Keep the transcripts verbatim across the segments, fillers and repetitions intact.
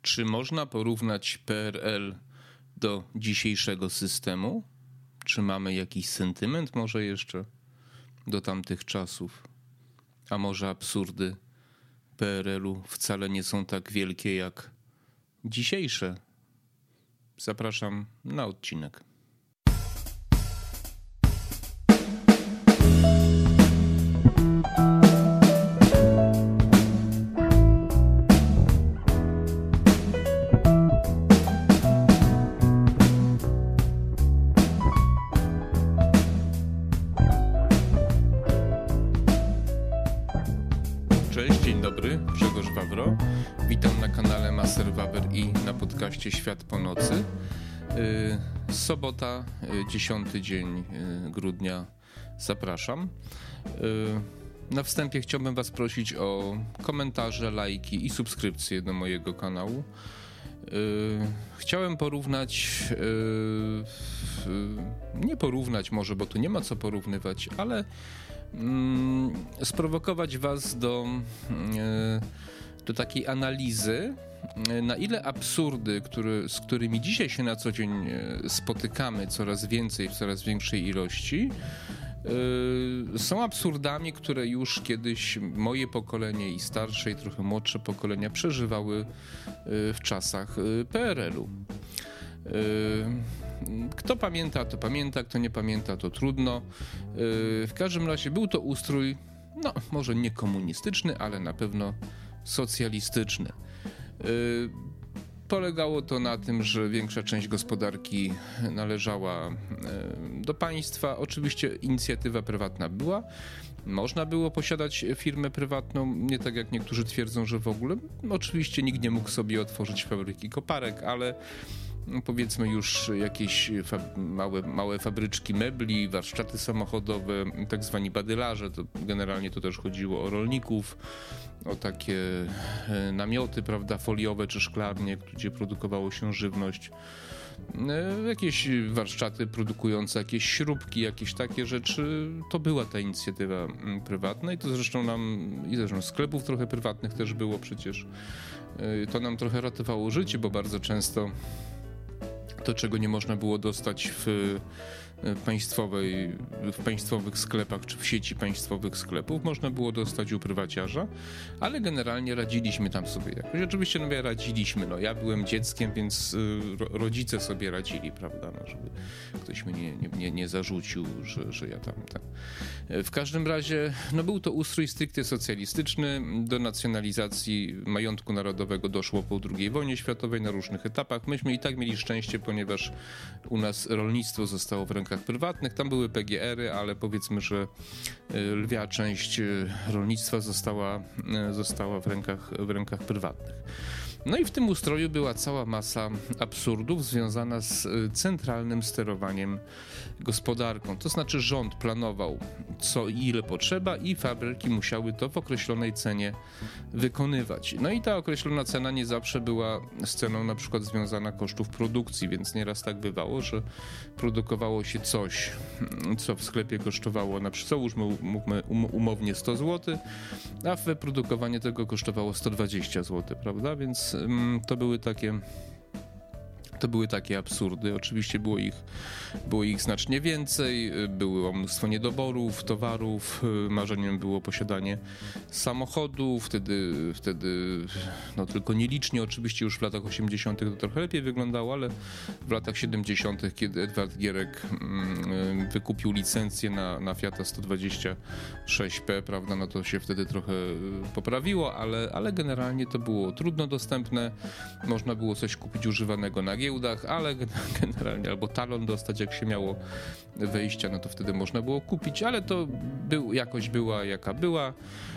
Czy można porównać P R L do dzisiejszego systemu? Czy mamy jakiś sentyment może jeszcze do tamtych czasów? A może absurdy P R L-u wcale nie są tak wielkie jak dzisiejsze? Zapraszam na odcinek. Cześć, dzień dobry, Grzegorz Wawro. Witam na kanale Maser Wawer i na podcaście Świat po nocy. Sobota, dziesiąty dzień grudnia. Zapraszam. Na wstępie chciałbym Was prosić o komentarze, lajki i subskrypcje do mojego kanału. Chciałem porównać, nie porównać może, bo tu nie ma co porównywać, ale sprowokować Was do, do takiej analizy, na ile absurdy, który, z którymi dzisiaj się na co dzień spotykamy coraz więcej, w coraz większej ilości, są absurdami, które już kiedyś moje pokolenie i starsze i trochę młodsze pokolenia przeżywały w czasach P R L-u. Kto pamięta, to pamięta, kto nie pamięta, to trudno. W każdym razie był to ustrój, no może nie komunistyczny, ale na pewno socjalistyczny. Polegało to na tym, że większa część gospodarki należała do państwa. Oczywiście inicjatywa prywatna była. Można było posiadać firmę prywatną, nie tak jak niektórzy twierdzą, że w ogóle. Oczywiście nikt nie mógł sobie otworzyć fabryki koparek, ale no powiedzmy już jakieś fa- małe, małe fabryczki mebli, warsztaty samochodowe, tak zwani badylarze, to generalnie to też chodziło o rolników, o takie namioty, prawda, foliowe czy szklarnie, gdzie produkowało się żywność, jakieś warsztaty produkujące jakieś śrubki, jakieś takie rzeczy. To była ta inicjatywa prywatna i to zresztą nam, i zresztą sklepów trochę prywatnych też było przecież. To nam trochę ratowało życie, bo bardzo często to, czego nie można było dostać w państwowej, w państwowych sklepach czy w sieci państwowych sklepów, można było dostać u prywaciarza, ale generalnie radziliśmy tam sobie jakoś. Oczywiście no ja radziliśmy, no ja byłem dzieckiem, więc rodzice sobie radzili, prawda, no, żeby ktoś mnie nie, nie, nie zarzucił, że, że ja tam, tam. W każdym razie, no był to ustrój stricte socjalistyczny. Do nacjonalizacji majątku narodowego doszło po drugiej wojnie światowej na różnych etapach. Myśmy i tak mieli szczęście, ponieważ u nas rolnictwo zostało w rękach prywatnych, tam były P G R-y, ale powiedzmy, że lwia część rolnictwa została, została w rękach, w rękach prywatnych. No i w tym ustroju była cała masa absurdów związana z centralnym sterowaniem gospodarką. To znaczy rząd planował, co i ile potrzeba i fabryki musiały to w określonej cenie wykonywać. No i ta określona cena nie zawsze była z ceną na przykład związana kosztów produkcji, więc nieraz tak bywało, że produkowało się coś, co w sklepie kosztowało, na przykład załóżmy umownie sto złotych, a wyprodukowanie tego kosztowało sto dwadzieścia złotych, prawda? Więc to były takie To były takie absurdy. Oczywiście było ich, było ich znacznie więcej, było mnóstwo niedoborów, towarów, marzeniem było posiadanie samochodu, wtedy, wtedy no tylko nielicznie, oczywiście już w latach osiemdziesiątych to trochę lepiej wyglądało, ale w latach siedemdziesiątych, kiedy Edward Gierek wykupił licencję na, na Fiata sto dwadzieścia sześć P, prawda, no to się wtedy trochę poprawiło, ale, ale generalnie to było trudno dostępne, można było coś kupić używanego na giełdzie, ale generalnie albo talon dostać, jak się miało wejścia, no to wtedy można było kupić, ale to był, jakość była jaka była,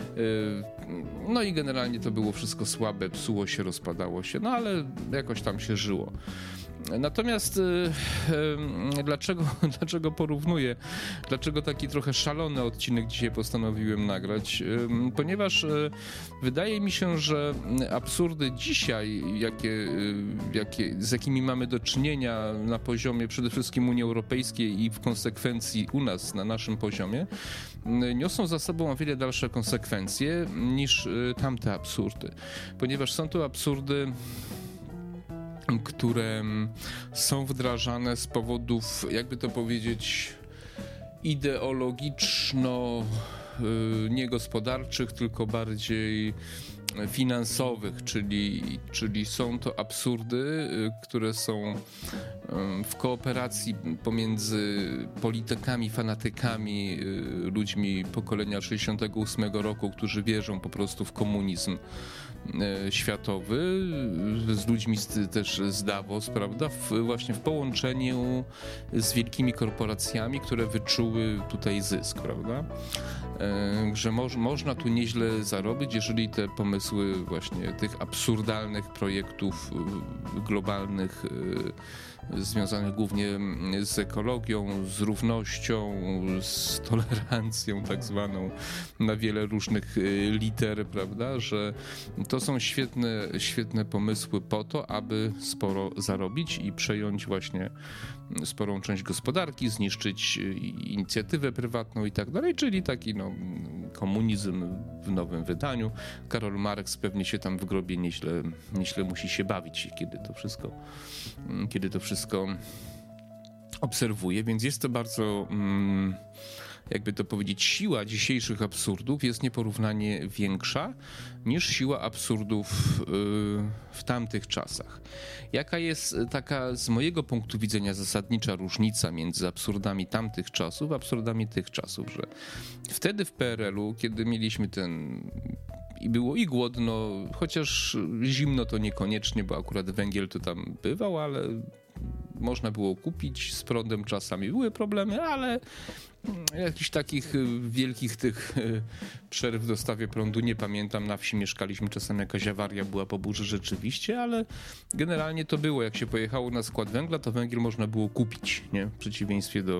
no i generalnie to było wszystko słabe, psuło się, rozpadało się, no ale jakoś tam się żyło. Natomiast yy, dlaczego, dlaczego porównuję? Dlaczego taki trochę szalony odcinek dzisiaj postanowiłem nagrać? Yy, ponieważ yy, wydaje mi się, że absurdy dzisiaj, jakie, yy, jakie, z jakimi mamy do czynienia na poziomie przede wszystkim Unii Europejskiej i w konsekwencji u nas, na naszym poziomie, yy, niosą za sobą o wiele dalsze konsekwencje niż yy, tamte absurdy. Ponieważ są to absurdy które są wdrażane z powodów, jakby to powiedzieć, ideologiczno niegospodarczych, tylko bardziej finansowych, czyli, czyli są to absurdy, które są w kooperacji pomiędzy politykami, fanatykami, ludźmi pokolenia sześćdziesiątego ósmego roku, którzy wierzą po prostu w komunizm światowy, z ludźmi z, też z Davos, prawda, w, właśnie w połączeniu z wielkimi korporacjami, które wyczuły tutaj zysk, prawda, e, że moż, można tu nieźle zarobić, jeżeli te pomysły właśnie tych absurdalnych projektów globalnych e, związanych głównie z ekologią, z równością, z tolerancją tak zwaną na wiele różnych liter, prawda, że to są świetne, świetne pomysły po to, aby sporo zarobić i przejąć właśnie sporą część gospodarki, zniszczyć inicjatywę prywatną i tak dalej, czyli taki no, komunizm w nowym wydaniu. Karol Marx pewnie się tam w grobie nieźle, nieźle musi się bawić, kiedy to wszystko, kiedy to wszystko obserwuje, więc jest to bardzo, jakby to powiedzieć, siła dzisiejszych absurdów jest nieporównanie większa niż siła absurdów w tamtych czasach. Jaka jest taka z mojego punktu widzenia zasadnicza różnica między absurdami tamtych czasów a absurdami tych czasów, że wtedy w P R L u, kiedy mieliśmy ten i było i głodno, chociaż zimno to niekoniecznie, bo akurat węgiel to tam bywał, ale można było kupić, z prądem czasami były problemy, ale jakichś takich wielkich tych przerw w dostawie prądu nie pamiętam. Na wsi mieszkaliśmy, czasem jakaś awaria była po burzy rzeczywiście, ale generalnie to było. Jak się pojechało na skład węgla, to węgiel można było kupić, nie? W przeciwieństwie do,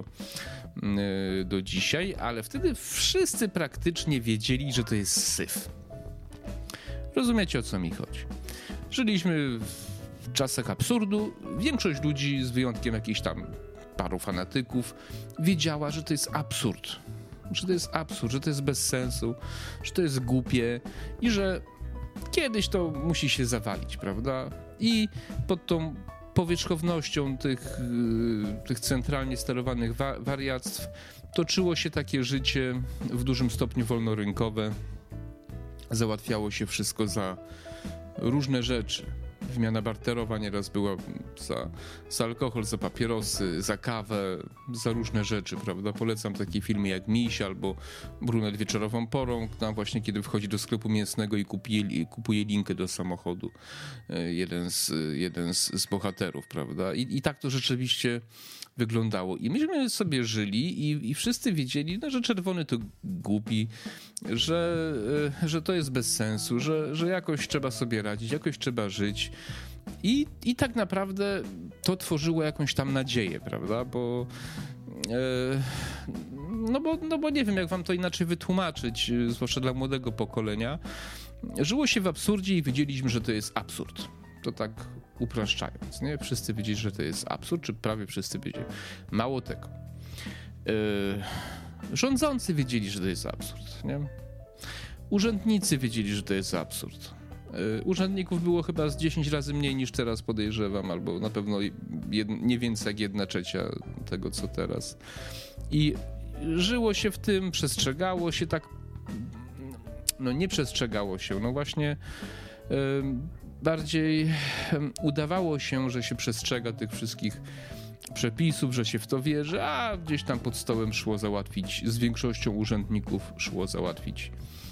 do dzisiaj, ale wtedy wszyscy praktycznie wiedzieli, że to jest syf. Rozumiecie, o co mi chodzi? Żyliśmy w czasach absurdu. Większość ludzi, z wyjątkiem jakichś tam paru fanatyków, wiedziała, że to jest absurd. Że to jest absurd, że to jest bez sensu, że to jest głupie i że kiedyś to musi się zawalić, prawda? I pod tą powierzchownością tych, tych centralnie sterowanych wa- wariactw toczyło się takie życie w dużym stopniu wolnorynkowe. Załatwiało się wszystko za różne rzeczy. Wymiana barterowa nieraz była za, za alkohol, za papierosy, za kawę, za różne rzeczy, prawda? Polecam takie filmy jak Miś albo Brunet wieczorową porą, tam właśnie kiedy wchodzi do sklepu mięsnego i kupuje, kupuje linkę do samochodu jeden z, jeden z, z bohaterów, prawda? I, i tak to rzeczywiście wyglądało. I myśmy sobie żyli i, i wszyscy wiedzieli, no, że czerwony to głupi, że, że to jest bez sensu, że, że jakoś trzeba sobie radzić, jakoś trzeba żyć. I, i tak naprawdę to tworzyło jakąś tam nadzieję, prawda? Bo, e, no bo, no bo nie wiem, jak wam to inaczej wytłumaczyć, zwłaszcza dla młodego pokolenia. Żyło się w absurdzie i wiedzieliśmy, że to jest absurd. To tak upraszczając, nie? Wszyscy wiedzieli, że to jest absurd, czy prawie wszyscy wiedzieli. Mało tego. Yy, rządzący wiedzieli, że to jest absurd, nie? Urzędnicy wiedzieli, że to jest absurd. Yy, urzędników było chyba z dziesięć razy mniej niż teraz, podejrzewam, albo na pewno jed, nie więcej jak jedna trzecia tego, co teraz. I żyło się w tym, przestrzegało się tak, no nie przestrzegało się, no właśnie yy, bardziej udawało się, że się przestrzega tych wszystkich przepisów, że się w to wierzy, a gdzieś tam pod stołem szło załatwić, z większością urzędników szło załatwić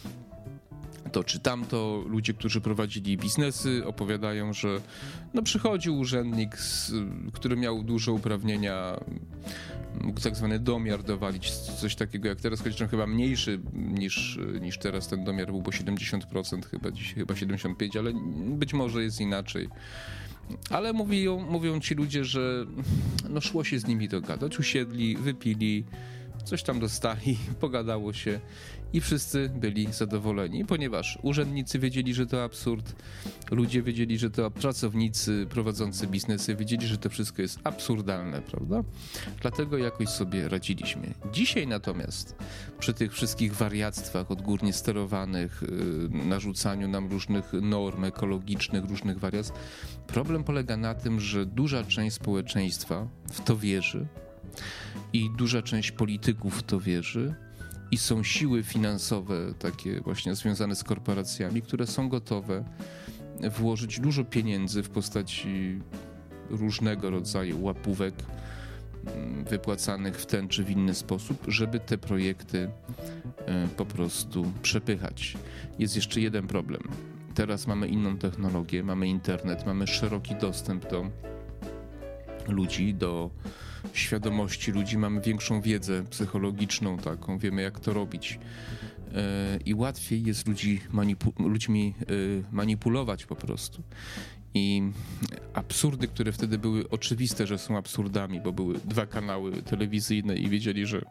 to czy tamto. Ludzie, którzy prowadzili biznesy, opowiadają, że no przychodził urzędnik, z, który miał duże uprawnienia, mógł tak zwany domiar dowalić, coś takiego jak teraz, choć chyba mniejszy niż, niż teraz ten domiar był, bo siedemdziesiąt procent chyba, dzisiaj chyba siedemdziesiąt pięć procent, ale być może jest inaczej. Ale mówią, mówią ci ludzie, że no szło się z nimi dogadać, usiedli, wypili coś tam dostali, pogadało się i wszyscy byli zadowoleni, ponieważ urzędnicy wiedzieli, że to absurd, ludzie wiedzieli, że to pracownicy prowadzący biznesy wiedzieli, że to wszystko jest absurdalne, prawda? Dlatego jakoś sobie radziliśmy. Dzisiaj natomiast przy tych wszystkich wariactwach odgórnie sterowanych, yy, narzucaniu nam różnych norm ekologicznych, różnych wariactw, problem polega na tym, że duża część społeczeństwa w to wierzy i duża część polityków w to wierzy i są siły finansowe takie właśnie związane z korporacjami, które są gotowe włożyć dużo pieniędzy w postaci różnego rodzaju łapówek wypłacanych w ten czy w inny sposób, żeby te projekty po prostu przepychać. Jest jeszcze jeden problem. Teraz mamy inną technologię, mamy internet, mamy szeroki dostęp do ludzi, do świadomości ludzi, mamy większą wiedzę psychologiczną taką, wiemy jak to robić i łatwiej jest ludzi manipu- ludźmi manipulować po prostu. I absurdy, które wtedy były oczywiste, że są absurdami, bo były dwa kanały telewizyjne i wiedzieli, że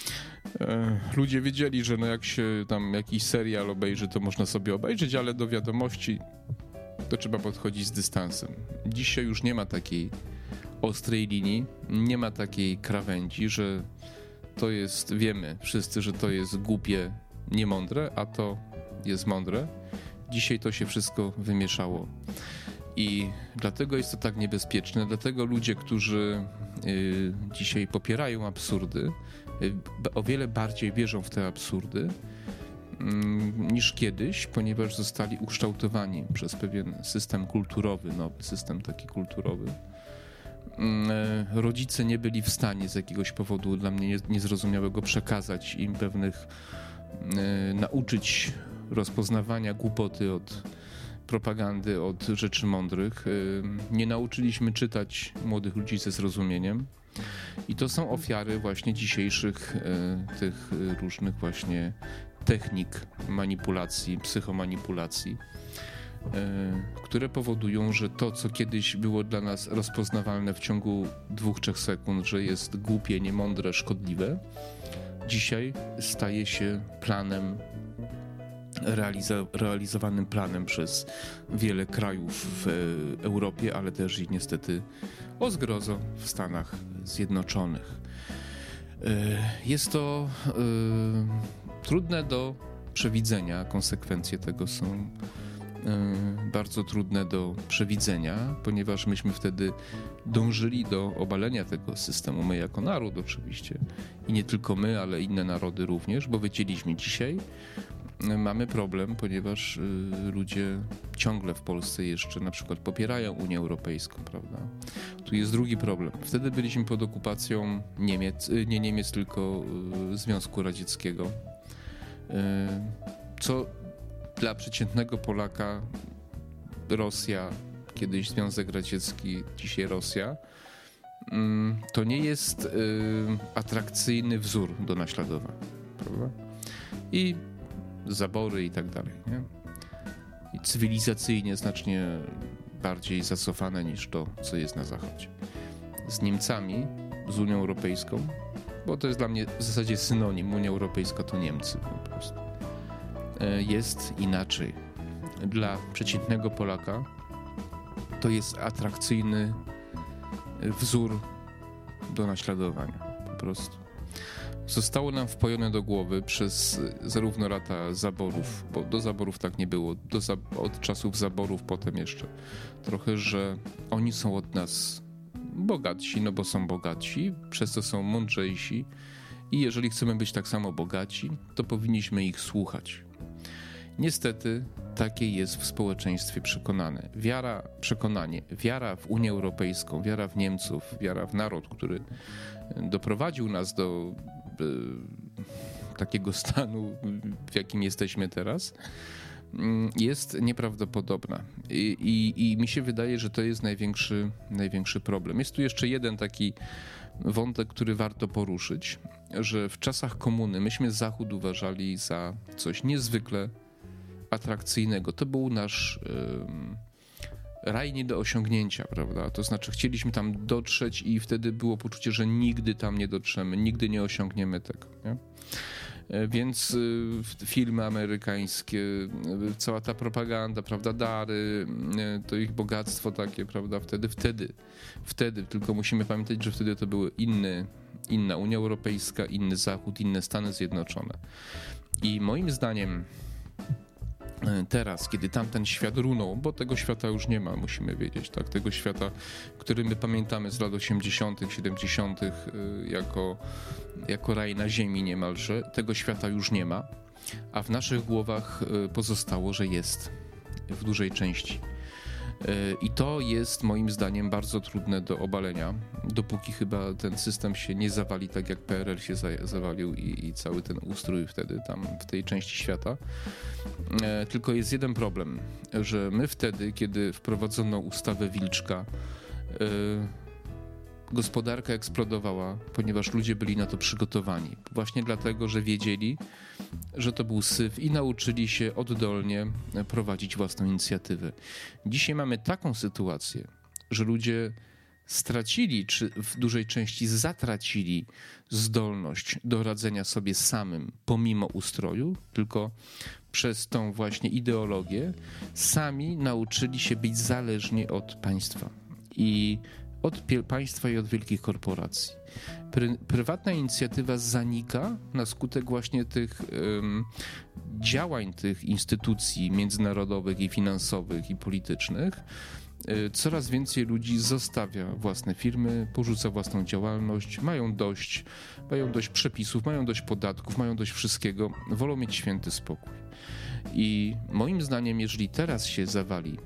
e, ludzie wiedzieli, że no jak się tam jakiś serial obejrzy, to można sobie obejrzeć, ale do wiadomości to trzeba podchodzić z dystansem. Dzisiaj już nie ma takiej ostrej linii, nie ma takiej krawędzi, że to jest, wiemy wszyscy, że to jest głupie, niemądre, a to jest mądre. Dzisiaj to się wszystko wymieszało. I dlatego jest to tak niebezpieczne, dlatego ludzie, którzy y, dzisiaj popierają absurdy, y, o wiele bardziej wierzą w te absurdy y, niż kiedyś, ponieważ zostali ukształtowani przez pewien system kulturowy, nowy system taki kulturowy. Y, rodzice nie byli w stanie z jakiegoś powodu dla mnie niezrozumiałego przekazać im pewnych, y, nauczyć rozpoznawania głupoty od propagandy, od rzeczy mądrych. Nie nauczyliśmy czytać młodych ludzi ze zrozumieniem i to są ofiary właśnie dzisiejszych tych różnych właśnie technik manipulacji, psychomanipulacji, które powodują, że to, co kiedyś było dla nas rozpoznawalne w ciągu dwóch, trzech sekund, że jest głupie, niemądre, szkodliwe, dzisiaj staje się planem Realizo- realizowanym planem przez wiele krajów w Europie, ale też i niestety o zgrozo w Stanach Zjednoczonych. Jest to y, trudne do przewidzenia, konsekwencje tego są y, bardzo trudne do przewidzenia, ponieważ myśmy wtedy dążyli do obalenia tego systemu, my jako naród oczywiście i nie tylko my, ale inne narody również, bo wiedzieliśmy dzisiaj, mamy problem, ponieważ y, ludzie ciągle w Polsce jeszcze na przykład popierają Unię Europejską, prawda? Tu jest drugi problem. Wtedy byliśmy pod okupacją Niemiec, y, nie Niemiec, tylko y, Związku Radzieckiego, y, co dla przeciętnego Polaka Rosja, kiedyś Związek Radziecki, dzisiaj Rosja, y, to nie jest y, atrakcyjny wzór do naśladowania, prawda? I zabory i tak dalej, nie? I cywilizacyjnie znacznie bardziej zacofane niż to, co jest na Zachodzie. Z Niemcami, z Unią Europejską, bo to jest dla mnie w zasadzie synonim, Unia Europejska to Niemcy po prostu, jest inaczej. Dla przeciętnego Polaka to jest atrakcyjny wzór do naśladowania po prostu. Zostało nam wpojone do głowy przez zarówno lata zaborów, bo do zaborów tak nie było, do za, od czasów zaborów potem jeszcze trochę, że oni są od nas bogatsi, no bo są bogatsi, przez to są mądrzejsi i jeżeli chcemy być tak samo bogaci, to powinniśmy ich słuchać. Niestety takie jest w społeczeństwie przekonane. Wiara, przekonanie, wiara w Unię Europejską, wiara w Niemców, wiara w naród, który doprowadził nas do y, takiego stanu, w jakim jesteśmy teraz, y, jest nieprawdopodobna. I, i, I mi się wydaje, że to jest największy, największy problem. Jest tu jeszcze jeden taki wątek, który warto poruszyć, że w czasach komuny myśmy Zachód uważali za coś niezwykle atrakcyjnego. To był nasz raj nie do osiągnięcia, prawda? To znaczy chcieliśmy tam dotrzeć i wtedy było poczucie, że nigdy tam nie dotrzemy, nigdy nie osiągniemy tego, nie? Więc filmy amerykańskie, cała ta propaganda, prawda, dary, to ich bogactwo takie, prawda, wtedy, wtedy, wtedy, tylko musimy pamiętać, że wtedy to były inny, inna Unia Europejska, inny Zachód, inne Stany Zjednoczone. I moim zdaniem teraz, kiedy tamten świat runął, bo tego świata już nie ma, musimy wiedzieć, tak, tego świata, który my pamiętamy z lat osiemdziesiątych, siedemdziesiątych jako, jako raj na ziemi niemalże, tego świata już nie ma, a w naszych głowach pozostało, że jest w dużej części. I to jest moim zdaniem bardzo trudne do obalenia, dopóki chyba ten system się nie zawali tak jak P R L się zawalił i, i cały ten ustrój wtedy tam w tej części świata. E, tylko jest jeden problem, że my wtedy, kiedy wprowadzono ustawę Wilczka, e, gospodarka eksplodowała, ponieważ ludzie byli na to przygotowani. Właśnie dlatego, że wiedzieli, że to był syf i nauczyli się oddolnie prowadzić własną inicjatywę. Dzisiaj mamy taką sytuację, że ludzie stracili, czy w dużej części zatracili zdolność do radzenia sobie samym pomimo ustroju, tylko przez tą właśnie ideologię sami nauczyli się być zależni od państwa i od państwa i od wielkich korporacji. Pry, prywatna inicjatywa zanika na skutek właśnie tych um, działań tych instytucji międzynarodowych i finansowych i politycznych. Coraz więcej ludzi zostawia własne firmy, porzuca własną działalność, mają dość, mają dość przepisów, mają dość podatków, mają dość wszystkiego, wolą mieć święty spokój. I moim zdaniem, jeżeli teraz się zawali,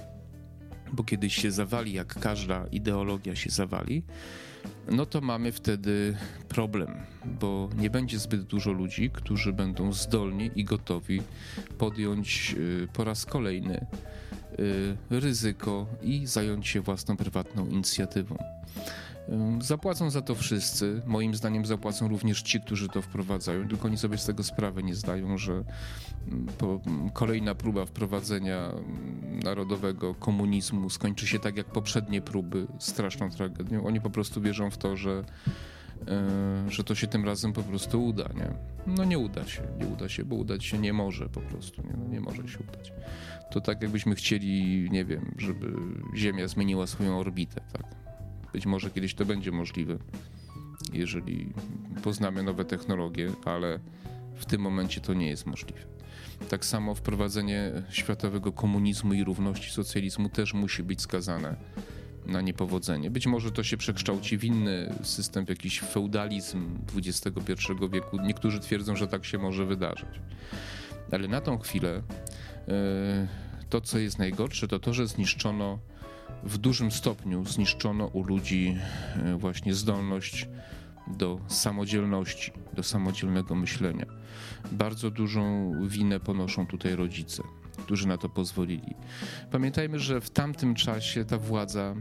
bo kiedyś się zawali, jak każda ideologia się zawali, no to mamy wtedy problem, bo nie będzie zbyt dużo ludzi, którzy będą zdolni i gotowi podjąć po raz kolejny ryzyko i zająć się własną prywatną inicjatywą. Zapłacą za to wszyscy. Moim zdaniem zapłacą również ci, którzy to wprowadzają, tylko oni sobie z tego sprawy nie zdają, że kolejna próba wprowadzenia narodowego komunizmu skończy się tak jak poprzednie próby, straszną tragedią. Oni po prostu wierzą w to, że, że to się tym razem po prostu uda, nie? No nie uda się, nie uda się, bo udać się nie może po prostu, nie, no nie może się udać. To tak jakbyśmy chcieli, nie wiem, żeby Ziemia zmieniła swoją orbitę, tak? Być może kiedyś to będzie możliwe, jeżeli poznamy nowe technologie, ale w tym momencie to nie jest możliwe. Tak samo wprowadzenie światowego komunizmu i równości socjalizmu też musi być skazane na niepowodzenie. Być może to się przekształci w inny system, w jakiś feudalizm dwudziestego pierwszego wieku. Niektórzy twierdzą, że tak się może wydarzyć. Ale na tą chwilę to, co jest najgorsze, to to, że zniszczono w dużym stopniu zniszczono u ludzi właśnie zdolność do samodzielności, do samodzielnego myślenia. Bardzo dużą winę ponoszą tutaj rodzice, którzy na to pozwolili. Pamiętajmy, że w tamtym czasie ta władza,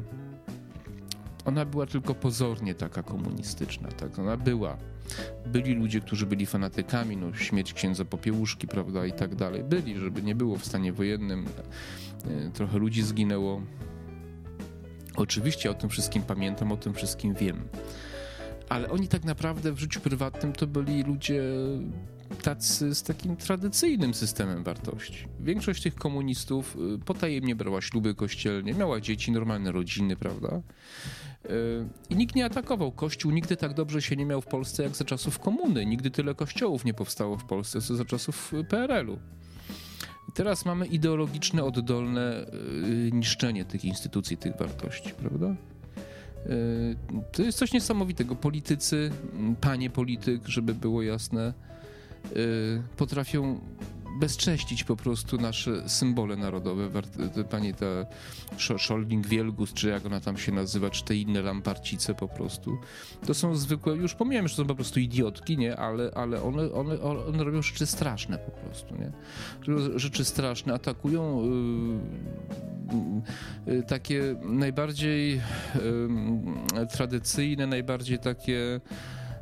ona była tylko pozornie taka komunistyczna, tak? Ona była. Byli ludzie, którzy byli fanatykami, no śmierć księdza Popiełuszki, prawda, i tak dalej. Byli, żeby nie było w stanie wojennym. Trochę ludzi zginęło. Oczywiście o tym wszystkim pamiętam, o tym wszystkim wiem. Ale oni tak naprawdę w życiu prywatnym to byli ludzie tacy z takim tradycyjnym systemem wartości. Większość tych komunistów potajemnie brała śluby kościelnie, miała dzieci, normalne rodziny, prawda? I nikt nie atakował. Kościół nigdy tak dobrze się nie miał w Polsce jak za czasów komuny. Nigdy tyle kościołów nie powstało w Polsce, co za czasów P R L u. Teraz mamy ideologiczne, oddolne niszczenie tych instytucji, tych wartości, prawda? To jest coś niesamowitego. Politycy, panie polityk, żeby było jasne, potrafią bezcześcić po prostu nasze symbole narodowe. Pani ta Scholling-Wielgus, czy jak ona tam się nazywa, czy te inne lamparcice po prostu. To są zwykłe, już pomijam, że są po prostu idiotki, nie? Ale, ale one, one, one robią rzeczy straszne po prostu, nie? Rzeczy straszne, atakują yy, yy, takie najbardziej yy, tradycyjne, najbardziej takie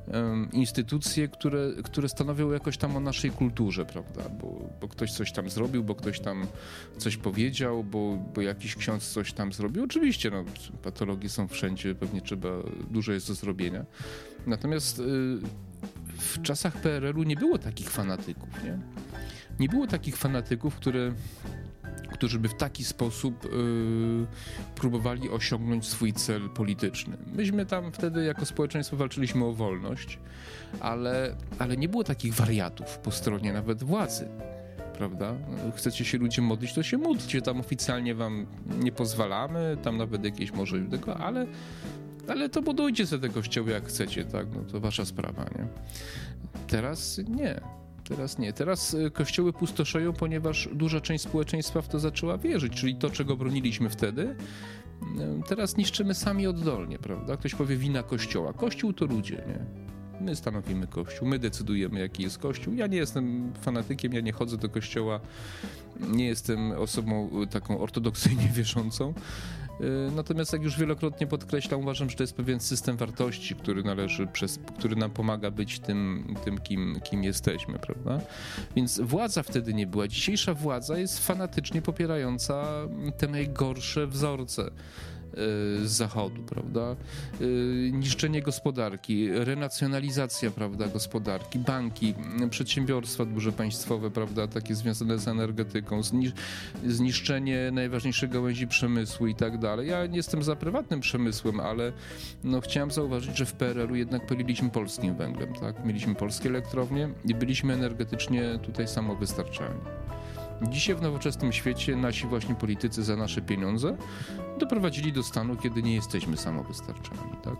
instytucje, które, które stanowią jakoś tam o naszej kulturze, prawda? Bo, bo ktoś coś tam zrobił, bo ktoś tam coś powiedział, bo, bo jakiś ksiądz coś tam zrobił. Oczywiście, no, patologie są wszędzie, pewnie trzeba, dużo jest do zrobienia. Natomiast w czasach P R L u nie było takich fanatyków, nie? Nie było takich fanatyków, które którzy by w taki sposób y, próbowali osiągnąć swój cel polityczny. Myśmy tam wtedy jako społeczeństwo walczyliśmy o wolność, ale, ale nie było takich wariatów po stronie nawet władzy, prawda? Chcecie się ludzie modlić, to się módlcie, tam oficjalnie wam nie pozwalamy, tam nawet jakieś może tego, ale, ale to budujcie sobie te kościoły jak chcecie, tak? No to wasza sprawa, nie? Teraz nie. Teraz nie. Teraz kościoły pustoszeją, ponieważ duża część społeczeństwa w to zaczęła wierzyć, czyli to, czego broniliśmy wtedy, teraz niszczymy sami oddolnie, prawda? Ktoś powie wina kościoła. Kościół to ludzie, nie? My stanowimy kościół, my decydujemy, jaki jest kościół. Ja nie jestem fanatykiem, ja nie chodzę do kościoła, nie jestem osobą taką ortodoksyjnie wierzącą. Natomiast jak już wielokrotnie podkreślam, uważam, że to jest pewien system wartości, który należy, przez, który nam pomaga być tym, tym kim, kim jesteśmy, prawda? Więc władza wtedy nie była. Dzisiejsza władza jest fanatycznie popierająca te najgorsze wzorce z Zachodu, prawda? Niszczenie gospodarki, renacjonalizacja, prawda, gospodarki, banki, przedsiębiorstwa duże państwowe, prawda, takie związane z energetyką, zniszczenie najważniejszych gałęzi przemysłu i tak dalej. Ja nie jestem za prywatnym przemysłem, ale no, chciałem zauważyć, że w P R L u jednak pyliliśmy polskim węglem, tak? Mieliśmy polskie elektrownie i byliśmy energetycznie tutaj samowystarczalni. Dzisiaj w nowoczesnym świecie nasi właśnie politycy za nasze pieniądze doprowadzili do stanu, kiedy nie jesteśmy samowystarczalni, tak?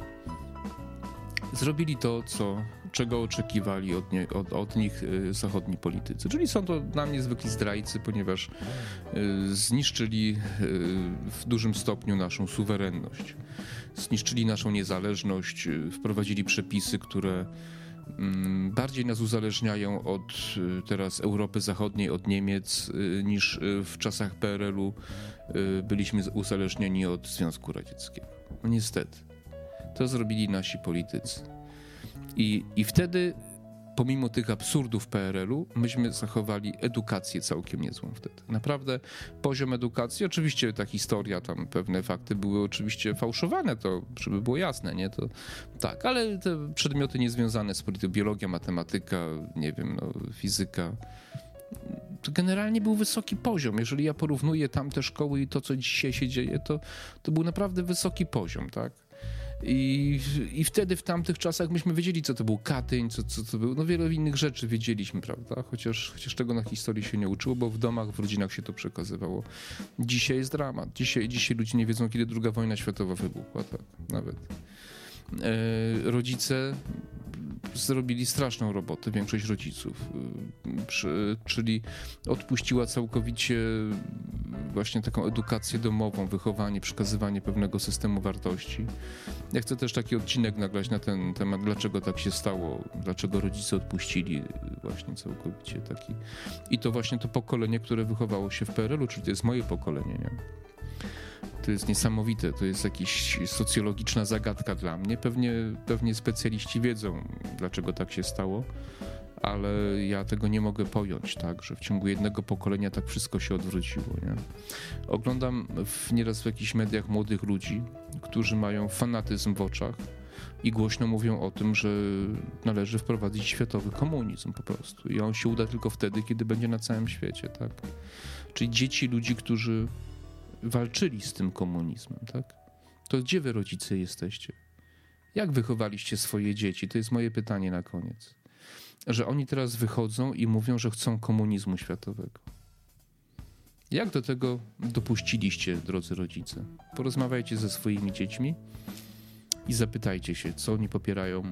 Zrobili to, co, czego oczekiwali od, nie, od, od nich y, zachodni politycy. Czyli są to dla mnie zwykli zdrajcy, ponieważ y, zniszczyli y, w dużym stopniu naszą suwerenność. Zniszczyli naszą niezależność, y, wprowadzili przepisy, które bardziej nas uzależniają od teraz Europy Zachodniej, od Niemiec, niż w czasach P R L u byliśmy uzależnieni od Związku Radzieckiego. No niestety. To zrobili nasi politycy. I, i wtedy, pomimo tych absurdów P R L u, myśmy zachowali edukację całkiem niezłą wtedy. Naprawdę poziom edukacji, oczywiście ta historia, tam pewne fakty były oczywiście fałszowane, to żeby było jasne, nie? To tak, ale te przedmioty niezwiązane z polityką, biologia, matematyka, nie wiem, no, fizyka, to generalnie był wysoki poziom. Jeżeli ja porównuję tamte szkoły i to, co dzisiaj się dzieje, to, to był naprawdę wysoki poziom, tak? I, I wtedy w tamtych czasach myśmy wiedzieli, co to był Katyń, co, co to był, no wiele innych rzeczy wiedzieliśmy, prawda? Chociaż, chociaż tego na historii się nie uczyło, bo w domach, w rodzinach się to przekazywało. Dzisiaj jest dramat. Dzisiaj, dzisiaj ludzie nie wiedzą, kiedy druga wojna światowa wybuchła, tak, nawet. E, rodzice zrobili straszną robotę, większość rodziców, Przy, czyli odpuściła całkowicie właśnie taką edukację domową, wychowanie, przekazywanie pewnego systemu wartości. Ja chcę też taki odcinek nagrać na ten temat, dlaczego tak się stało, dlaczego rodzice odpuścili właśnie całkowicie taki. I to właśnie to pokolenie, które wychowało się w P R L u, czyli to jest moje pokolenie, nie? To jest niesamowite, to jest jakaś socjologiczna zagadka dla mnie. Pewnie, pewnie specjaliści wiedzą, dlaczego tak się stało, ale ja tego nie mogę pojąć, tak, że w ciągu jednego pokolenia tak wszystko się odwróciło, nie? Oglądam w, nieraz w jakichś mediach młodych ludzi, którzy mają fanatyzm w oczach i głośno mówią o tym, że należy wprowadzić światowy komunizm po prostu. I on się uda tylko wtedy, kiedy będzie na całym świecie, tak? Czyli dzieci ludzi, którzy walczyli z tym komunizmem, tak? To gdzie wy, rodzice, jesteście? Jak wychowaliście swoje dzieci? To jest moje pytanie na koniec. Że oni teraz wychodzą i mówią, że chcą komunizmu światowego. Jak do tego dopuściliście, drodzy rodzice? Porozmawiajcie ze swoimi dziećmi i zapytajcie się, co oni popierają,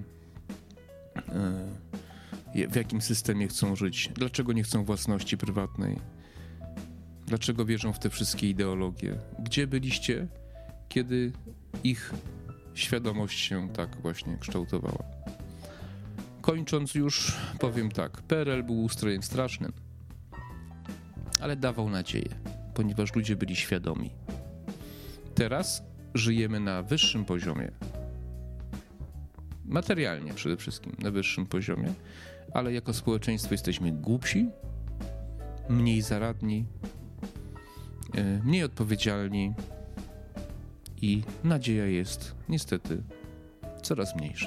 w jakim systemie chcą żyć, dlaczego nie chcą własności prywatnej, dlaczego wierzą w te wszystkie ideologie. Gdzie byliście, kiedy ich świadomość się tak właśnie kształtowała? Kończąc już, powiem tak. P R L był ustrojem strasznym, ale dawał nadzieję, ponieważ ludzie byli świadomi. Teraz żyjemy na wyższym poziomie materialnie przede wszystkim na wyższym poziomie, ale jako społeczeństwo jesteśmy głupsi, mniej zaradni, mniej odpowiedzialni i nadzieja jest niestety coraz mniejsza.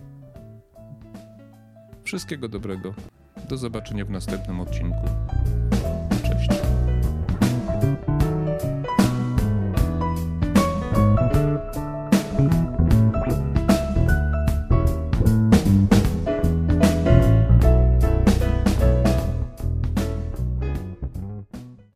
Wszystkiego dobrego. Do zobaczenia w następnym odcinku.